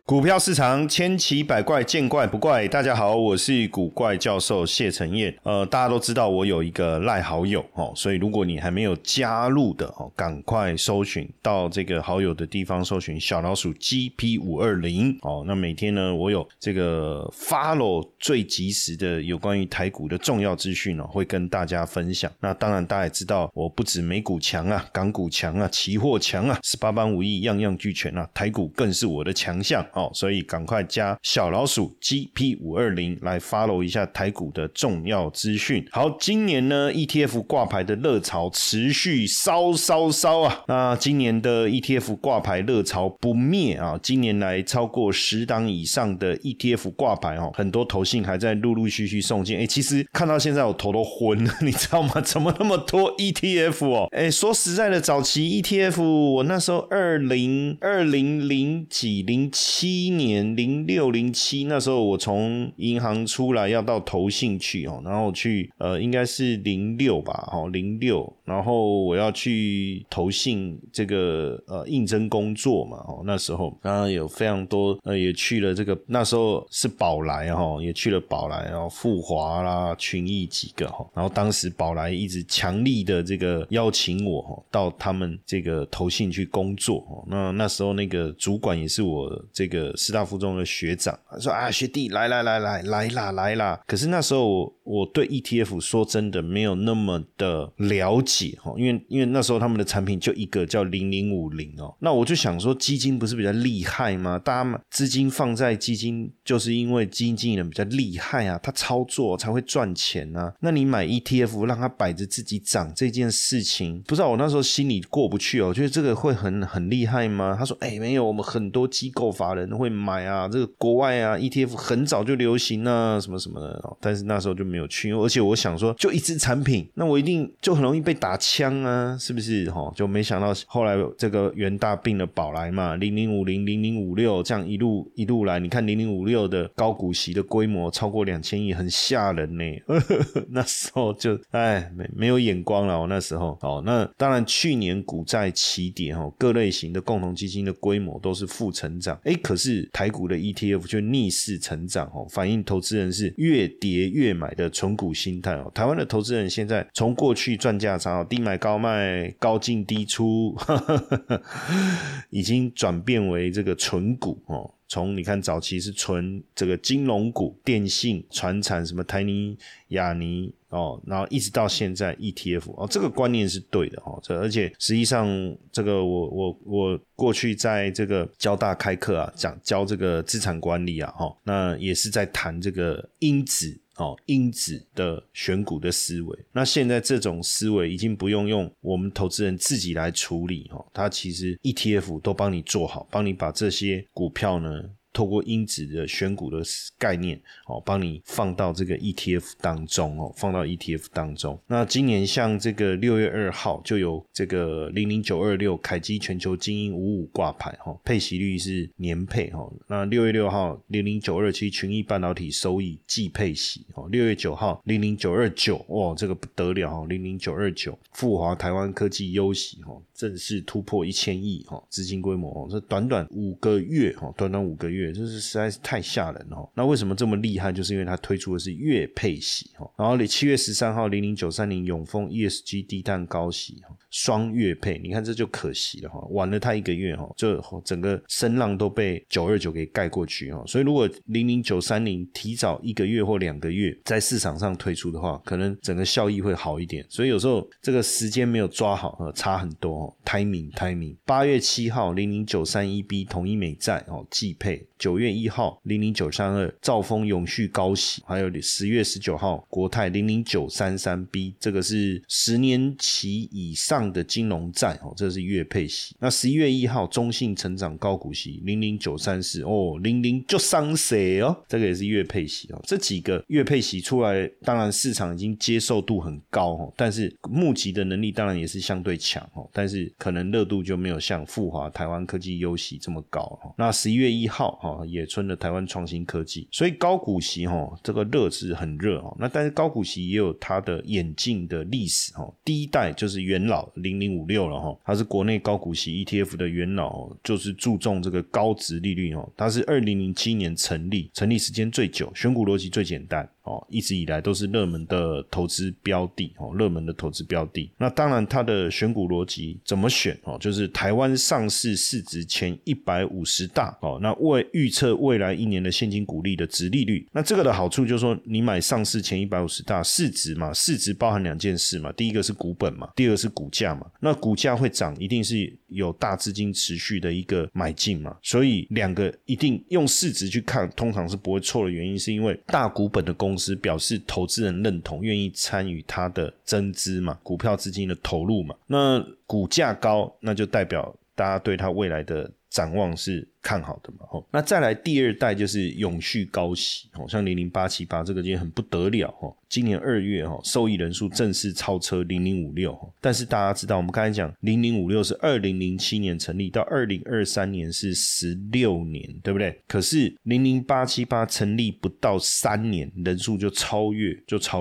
股票市场千奇百怪，见怪不怪。大家好，我是股怪教授谢承彦。大家都知道我有一个赖好友所以如果你还没有加入的赶快搜寻到这个好友的地方，搜寻小老鼠 GP520 那每天呢，我有这个 follow 最及时的有关于台股的重要资讯会跟大家分享。那当然大家也知道，我不止美股强啊，港股强啊，期货强啊，18般武艺样样俱全啊，台股更是我的强项所以赶快加小老鼠 GP520 来 follow 一下台股的重要资讯。好，今年呢 ETF 挂牌的热潮持续烧啊，那今年的 ETF 挂牌热潮不灭啊，今年来超过10档以上的 ETF 挂牌很多投信还在陆陆续续送进。其实看到现在我头都昏了，你知道吗？怎么那么多 ETF 说实在的，早期 ETF 我那时候2007年06、07那时候我从银行出来要到投信去然后去应该是06吧06，然后我要去投信这个应征工作嘛那时候当然有非常多也去了这个，那时候是宝来也去了宝来，然后富华啦、群益几个然后当时宝来一直强力的这个邀请我到他们这个投信去工作那时候那个主管也是我这个师大附中的学长，他说学弟来啦，可是那时候我对 ETF 说真的没有那么的了解因为那时候他们的产品就一个叫0050那我就想说基金不是比较厉害吗？大家资金放在基金就是因为基金经理人比较厉害啊，他操作才会赚钱啊，那你买 ETF 让他摆着自己涨这件事情，不知道我那时候心里过不去我觉得这个会很厉害吗？他说没有，我们很多机构法人会买啊，这个国外啊 ETF 很早就流行啊什么什么的但是那时候就没有去，而且我想说就一支产品，那我一定就很容易被打枪啊，是不是就没想到后来这个元大并了宝来嘛，0050 0056这样一路来，你看0056的高股息的规模超过2000亿，很吓人呢那时候就没有眼光了那时候那当然去年股债齐跌各类型的共同基金的规模都是负成长可是台股的 ETF 就逆势成长反映投资人是越跌越买的存股心态台湾的投资人现在从过去赚价差低买高卖高进低出已经转变为这个存股从你看早期是存这个金融股、电信、传产什么台泥、亚泥然后一直到现在 ETF 这个观念是对的而且实际上这个我过去在这个交大开课啊，教这个资产管理啊那也是在谈这个因子的选股的思维。那现在这种思维已经不用我们投资人自己来处理它其实 ETF 都帮你做好，帮你把这些股票呢透过因子的选股的概念帮你放到这个 ETF 当中那今年像这个6月2号就有这个00926凯基全球精英55挂牌配息率是年配那6月6号00927群益半导体收益季配息6月9号00929这个不得了00929富华台湾科技优息正式突破1000亿资金规模这短短5个月这是实在是太吓人那为什么这么厉害？就是因为它推出的是月配息然后7月13号00930永丰 ESG 低碳高息双月配，你看这就可惜了晚了它1个月就整个声浪都被929给盖过去所以如果00930提早1个月或2个月在市场上推出的话，可能整个效益会好一点，所以有时候这个时间没有抓好差很多timing 8月7号00931B 统一美债季配9月1号00932兆丰永续高息，还有10月19号国泰00933B 这个是10年期以上的金融债这是月配息。那11月1号中信成长高股息0093400934这个也是月配息这几个月配息出来，当然市场已经接受度很高但是募集的能力当然也是相对强但是可能热度就没有像富华台湾科技优息这么高那11月1号野村的台湾创新科技。所以高股息这个热是很热那但是高股息也有它的演进的历史第一代就是元老0056了它是国内高股息 ETF 的元老就是注重这个高殖利率它是2007年成立时间最久，选股逻辑最简单一直以来都是热门的投资标的那当然它的选股逻辑怎么选就是台湾上市市值前150大那预测未来1年的现金股利的殖利率。那这个的好处就是说你买上市前150大市值嘛，市值包含2件事嘛，第一个是股本嘛，第二个是股价嘛。那股价会涨一定是有大资金持续的一个买进嘛，所以两个一定用市值去看通常是不会错的原因是因为大股本的公司表示投资人认同，愿意参与它的增资嘛，股票资金的投入嘛。那股价高那就代表大家对它未来的展望是看好的嘛那再来第二代就是永续高息像00878这个今天很不得了今年2月受益人数正式超车0056但是大家知道我们刚才讲0056是2007年成立到2023年是16年对不对？可是00878成立不到3年人数就超越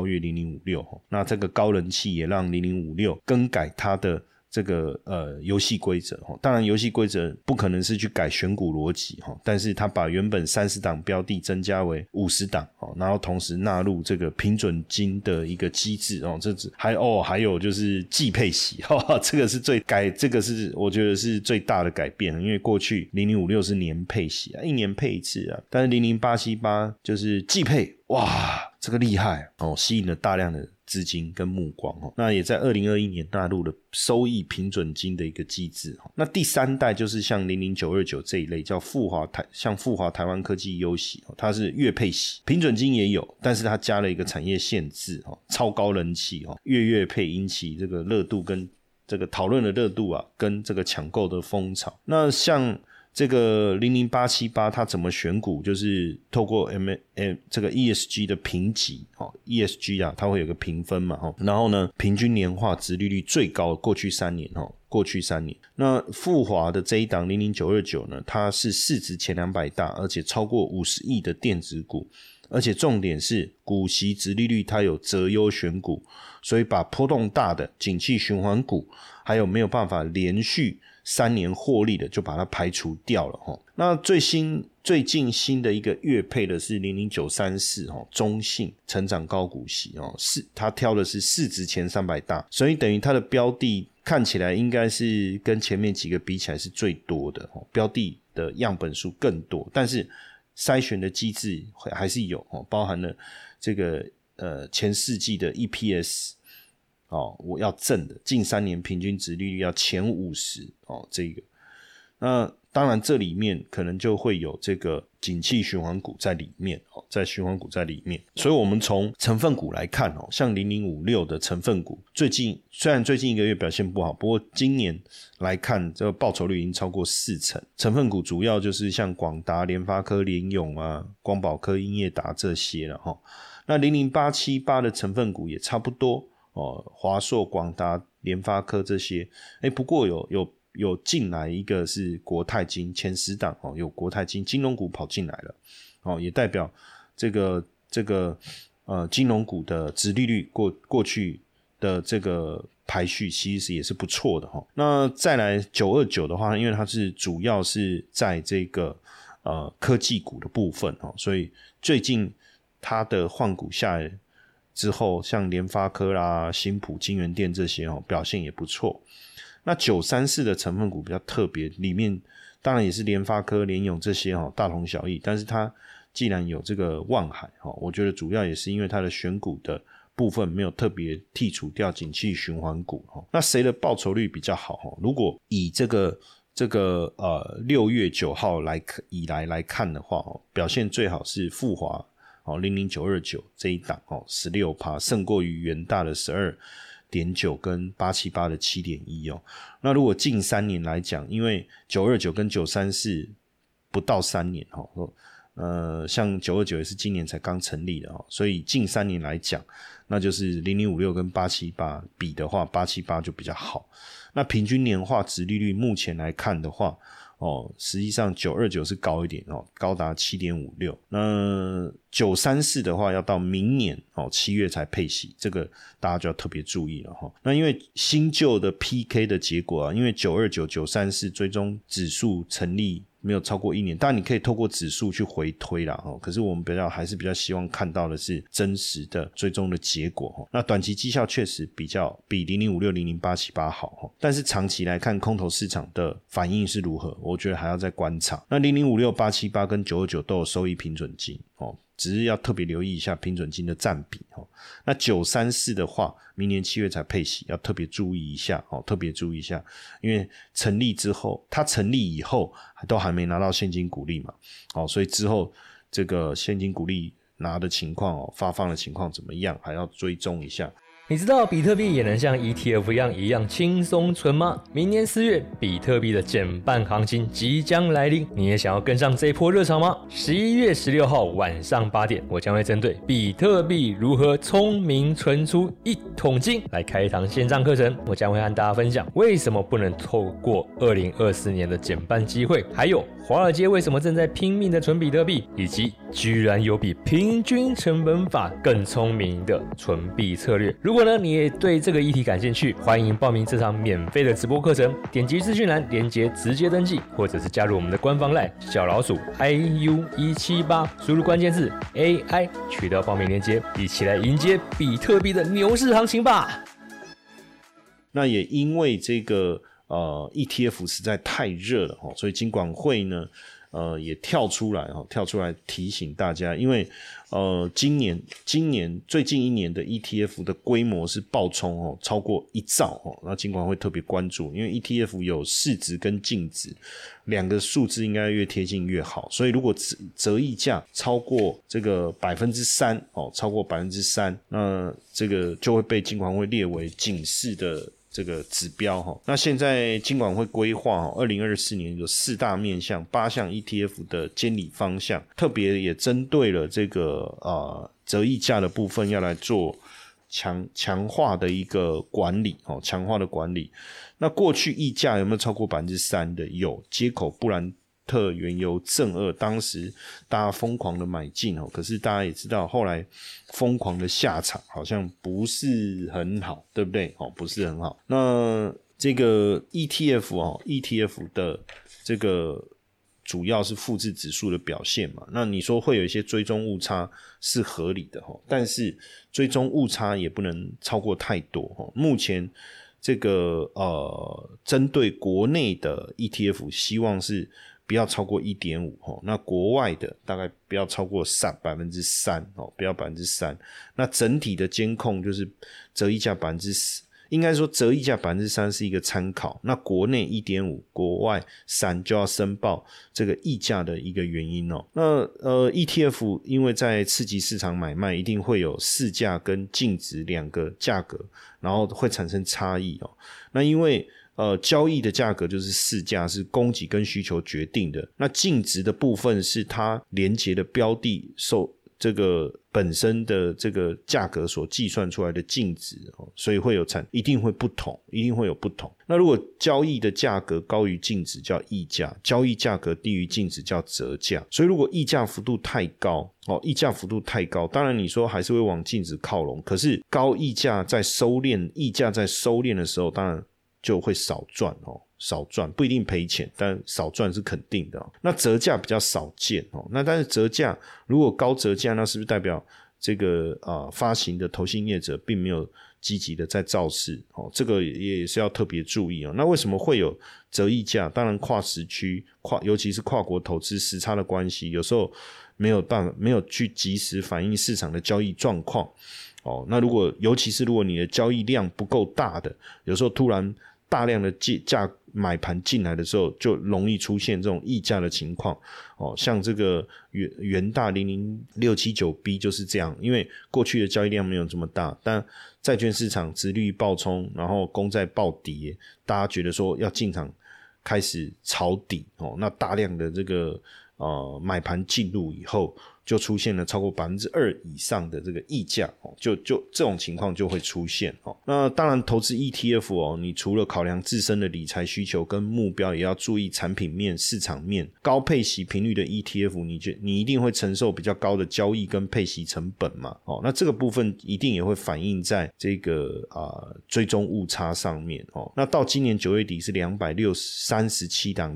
0056那这个高人气也让0056更改它的这个游戏规则当然游戏规则不可能是去改选股逻辑但是他把原本30档标的增加为50档然后同时纳入这个平准金的一个机制还有就是季配息这个是这个是我觉得是最大的改变因为过去0056是年配息1年配一次但是00878就是季配哇这个厉害吸引了大量的资金跟目光那也在2021年纳入了收益平准金的一个机制那第三代就是像00929这一类叫富华台湾科技优息它是月配息平准金也有但是它加了一个产业限制超高人气月配引起这个热度跟这个讨论的热度跟这个抢购的风潮那像这个00878它怎么选股就是透过这个 ESG 的评级ESG 它会有个评分嘛然后呢平均年化殖利率最高过去3年那富华的这一档00929呢它是市值前200大而且超过50亿的电子股而且重点是股息殖利率它有择优选股所以把波动大的景气循环股还有没有办法连续3年获利的就把它排除掉了那最近新的一个月配的是00934中信成长高股息它挑的是市值前300大所以等于它的标的看起来应该是跟前面几个比起来是最多的标的的样本数更多但是筛选的机制还是有包含了这个前4季的 EPS我要正的近3年平均殖利率要前50这个那当然这里面可能就会有这个景气循环股在里面所以我们从成分股来看像0056的成分股虽然最近1个月表现不好不过今年来看这个报酬率已经超过40%成分股主要就是像广达联发科联咏光宝科英业达这些了那00878的成分股也差不多华硕广达联发科这些不过有进来一个是国泰金前10档有国泰金金融股跑进来了也代表这个金融股的殖利率过去的这个排序其实也是不错的那再来929的话因为它是主要是在这个科技股的部分所以最近它的换股下来之后像联发科啦新埔金源店这些表现也不错那934的成分股比较特别里面当然也是联发科联咏这些大同小异但是它既然有这个万海我觉得主要也是因为它的选股的部分没有特别剔除掉景气循环股那谁的报酬率比较好如果以这个6月9号以来看的话表现最好是富华00929这一档16%胜过于元大的12.9跟878的7.1那如果近3年来讲因为929跟934不到3年像929也是今年才刚成立的所以近3年来讲那就是0056跟878比的话878就比较好那平均年化殖利率目前来看的话实际上929是高一点高达 7.56， 那934的话要到明年7月才配息，这个大家就要特别注意了那因为新旧的 PK 的结果因为929、934追踪指数成立没有超过1年，当然你可以透过指数去回推啦可是我们还是比较希望看到的是真实的追踪的结果那短期绩效确实比0056、00878好但是长期来看空头市场的反应是如何，我觉得还要再观察。那0056、878跟929都有收益平准金只是要特别留意一下平准金的占比那934的话明年7月才配息，要特别注意一下特别注意一下，因为它成立以后都还没拿到现金股利嘛所以之后这个现金股利拿的情况发放的情况怎么样还要追踪一下。 你知道比特币也能像 ETF 一样轻松存吗？明年4月比特币的减半行情即将来临，你也想要跟上这一波热潮吗？11月16号晚上8点，我将会针对比特币如何聪明存出1桶金来开一堂线上课程。我将会和大家分享为什么不能透过2024年的减半机会，还有华尔街为什么正在拼命的存比特币，以及居然有比平均成本法更聪明的存币策略。如果你也对这个议题感兴趣，欢迎报名这场免费的直播课程，点击资讯栏连结直接登记，或者是加入我们的官方 LINE 小老鼠 IU178， 输入关键字 AI 取得报名连结，一起来迎接比特币的牛市行情吧。 那也因为这个ETF 实在太热了所以金管会呢也跳出来提醒大家，因为今年最近1年的 ETF 的规模是暴冲超过1兆那金管会特别关注，因为 ETF 有市值跟净值两个数字应该越贴近越好，所以如果折溢价超过这个 3% 超过 3%， 那这个就会被金管会列为警示的这个指标那现在金管会规划2024年有4大面向8项 ETF 的监理方向，特别也针对了这个折溢价的部分要来做强化的一个管理强化的管理。那过去溢价有没有超过 3% 的？有，接口布兰特原油正2当时大家疯狂的买进可是大家也知道后来疯狂的下场好像不是很好，对不对不是很好。那这个 ETF 的这个主要是复制指数的表现嘛，那你说会有一些追踪误差是合理的但是追踪误差也不能超过太多目前这个针对国内的 ETF 希望是不要超过 1.5 那国外的大概不要超过 3% 不要 3%。 那整体的监控就是折溢价 10%， 应该说折溢价 3% 是一个参考，那国内 1.5 国外 3% 就要申报这个溢价的一个原因那ETF 因为在次级市场买卖一定会有市价跟净值两个价格，然后会产生差异那因为交易的价格就是市价，是供给跟需求决定的，那净值的部分是它连结的标的受这个本身的这个价格所计算出来的净值所以一定会有不同。那如果交易的价格高于净值叫溢价，交易价格低于净值叫折价。所以如果溢价幅度太高当然你说还是会往净值靠拢，可是高溢价在收敛的时候当然就会少赚不一定赔钱，但少赚是肯定的那折价比较少见那但是折价如果高折价，那是不是代表这个发行的投信业者并没有积极的在造势这个也是要特别注意那为什么会有折溢价？当然跨时区尤其是跨国投资时差的关系，有时候没有去及时反映市场的交易状况那尤其是如果你的交易量不够大的，有时候突然大量的买盘进来的时候，就容易出现这种溢价的情况像这个元大 00679B 就是这样，因为过去的交易量没有这么大，但债券市场殖利率暴冲，然后公债暴跌，大家觉得说要进场开始抄底那大量的这个买盘进入以后， 就出现了超过 2% 以上的这个溢价，就这种情况就会出现。那当然投资 ETF 你除了考量自身的理财需求跟目标，也要注意产品面、市场面。高配息频率的 ETF 你一定会承受比较高的交易跟配息成本嘛，那这个部分一定也会反映在这个追踪误差上面。那到今年9月底是237档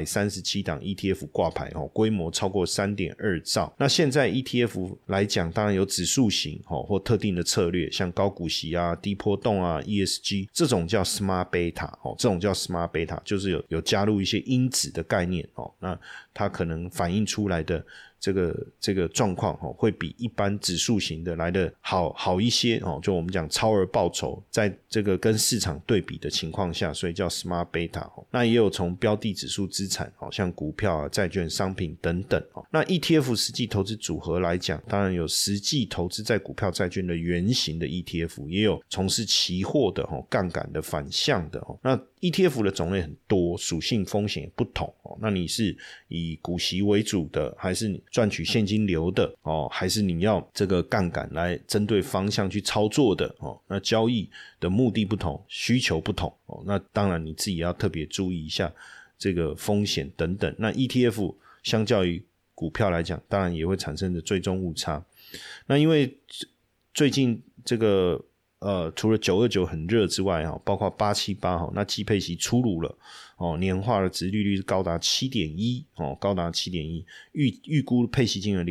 ETF 挂牌，规模超过 3.2 兆。那现在 ETF 来讲，当然有指数型或特定的策略，像高股息啊、低波动啊、ESG， 这种叫 Smart Beta， 这种叫 Smart Beta， 就是有加入一些因子的概念，那它可能反映出来的这个状况会比一般指数型的来的好一些，就我们讲超额报酬，在这个跟市场对比的情况下，所以叫 Smart Beta。那也有从标的指数资产，像股票啊、债券、商品等等。那 ETF 实际投资组合来讲，当然有实际投资在股票、债券的原型的 ETF， 也有从事期货的杠杆的反向的。那 ETF 的种类很多，属性风险也不同。那你是以股息为主的，还是你赚取现金流的，还是你要这个杠杆来针对方向去操作的，那交易的目的不同，需求不同，那当然你自己要特别注意一下这个风险等等。那 ETF 相较于股票来讲，当然也会产生的追踪误差。那因为最近这个除了929很热之外，包括878，那季配息出炉了，年化的殖利率是高达 7.1， 高达 7.1， 预估配息金额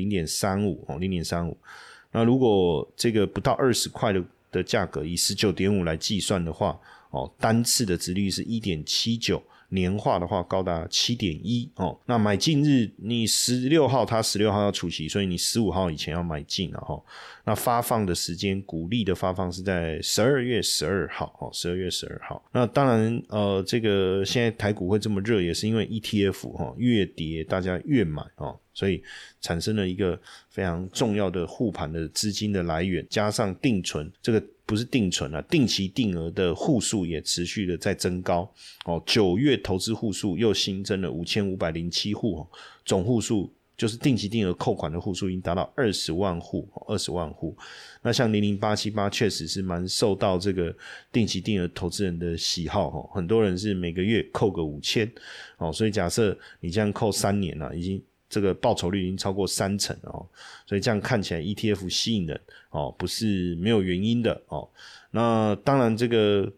0.35， 那如果这个不到20块的价格以 19.5 来计算的话，单次的殖利率是 1.79，年化的话高达 7.1， 那买进日你16号他16号要除息，所以你15号以前要买进那发放的时间，股利的发放是在12月12号12月12号。那当然这个现在台股会这么热，也是因为 ETF 越跌大家越买所以产生了一个非常重要的护盘的资金的来源，加上定存，这个不是定存定期定额的户数也持续的在增高9月投资户数又新增了5507户总户数就是定期定额扣款的户数已经达到20万户。那像00878确实是蛮受到这个定期定额投资人的喜好很多人是每个月扣个5000所以假设你这样扣3年已经这个报酬率已经超过30%所以这样看起来 ETF 吸引人不是没有原因的那当然这个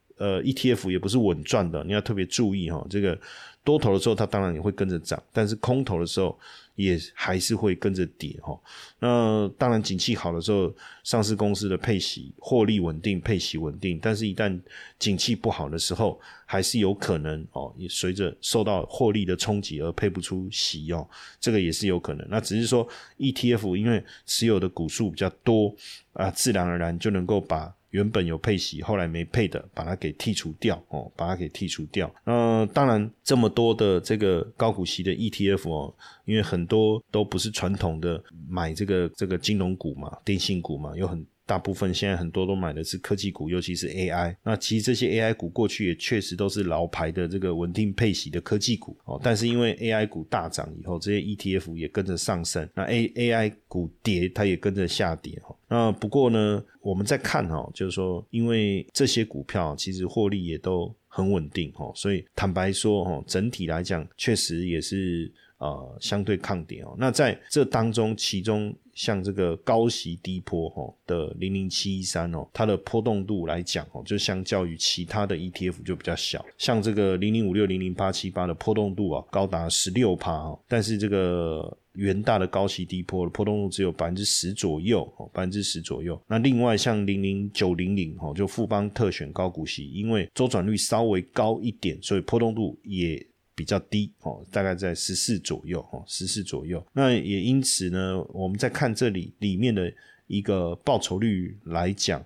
ETF 也不是稳赚的，你要特别注意这个多头的时候它当然也会跟着涨，但是空头的时候也还是会跟着跌那当然景气好的时候，上市公司的配息获利稳定，配息稳定，但是一旦景气不好的时候，还是有可能也随着受到获利的冲击而配不出息这个也是有可能。那只是说 ETF 因为持有的股数比较多自然而然就能够把原本有配息后来没配的把它给剔除掉当然这么多的这个高股息的 ETF因为很多都不是传统的买这个金融股嘛，电信股嘛，有很大部分现在很多都买的是科技股，尤其是 AI。那其实这些 AI 股过去也确实都是老牌的这个稳定配息的科技股但是因为 AI 股大涨以后，这些 ETF 也跟着上升，那 AI 股跌它也跟着下跌那不过呢我们再看就是说因为这些股票其实获利也都很稳定所以坦白说整体来讲确实也是相对抗跌那在这当中，其中像这个高息低波的00713它的波动度来讲就相较于其他的 ETF 就比较小，像这个0056 00878的波动度高达 16%但是这个元大的高息低波的波动度只有 10% 左右那另外像00900就富邦特选高股息，因为周转率稍微高一点，所以波动度也比较低大概在14左右那也因此呢我们在看这里面的一个报酬率来讲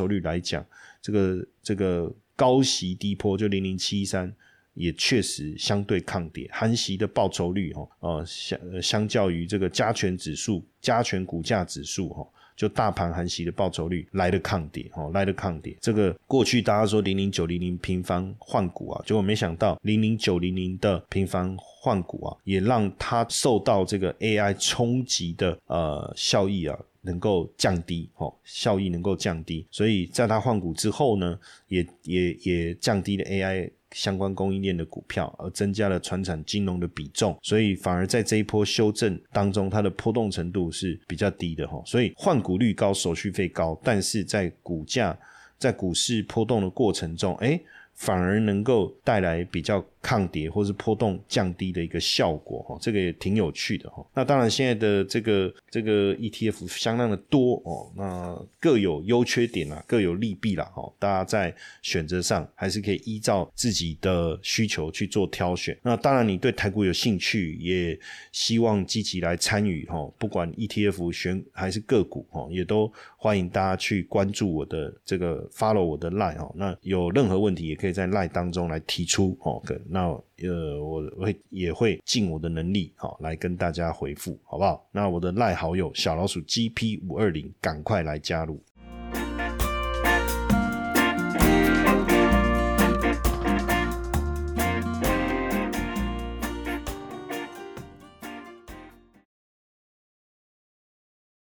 这个高息低波就00713也确实相对抗跌，含息的报酬率相较于这个加权股价指数就大盘含息的报酬率来的抗跌，来的抗跌。这个过去大家说00900平方换股啊，结果没想到00900的平方换股啊，也让它受到这个 AI 冲击的效益啊能够降低，效益能够降低，所以在它换股之后呢，也降低了 AI相关供应链的股票，而增加了传产金融的比重，所以反而在这一波修正当中，它的波动程度是比较低的，所以换股率高，手续费高，但是在股市波动的过程中，反而能够带来比较抗跌或是波动降低的一个效果，这个也挺有趣的。那当然现在的这个 ETF 相当的多，那各有优缺点啦，各有利弊啦，大家在选择上还是可以依照自己的需求去做挑选。那当然你对台股有兴趣，也希望积极来参与，不管 ETF 选还是个股，也都欢迎大家去关注我的这个 follow 我的 LINE， 那有任何问题也可以在 LINE 当中来提出，那我也会尽我的能力来跟大家回复，好不好？那我的 LINE 好友小老鼠 GP520 赶快来加入。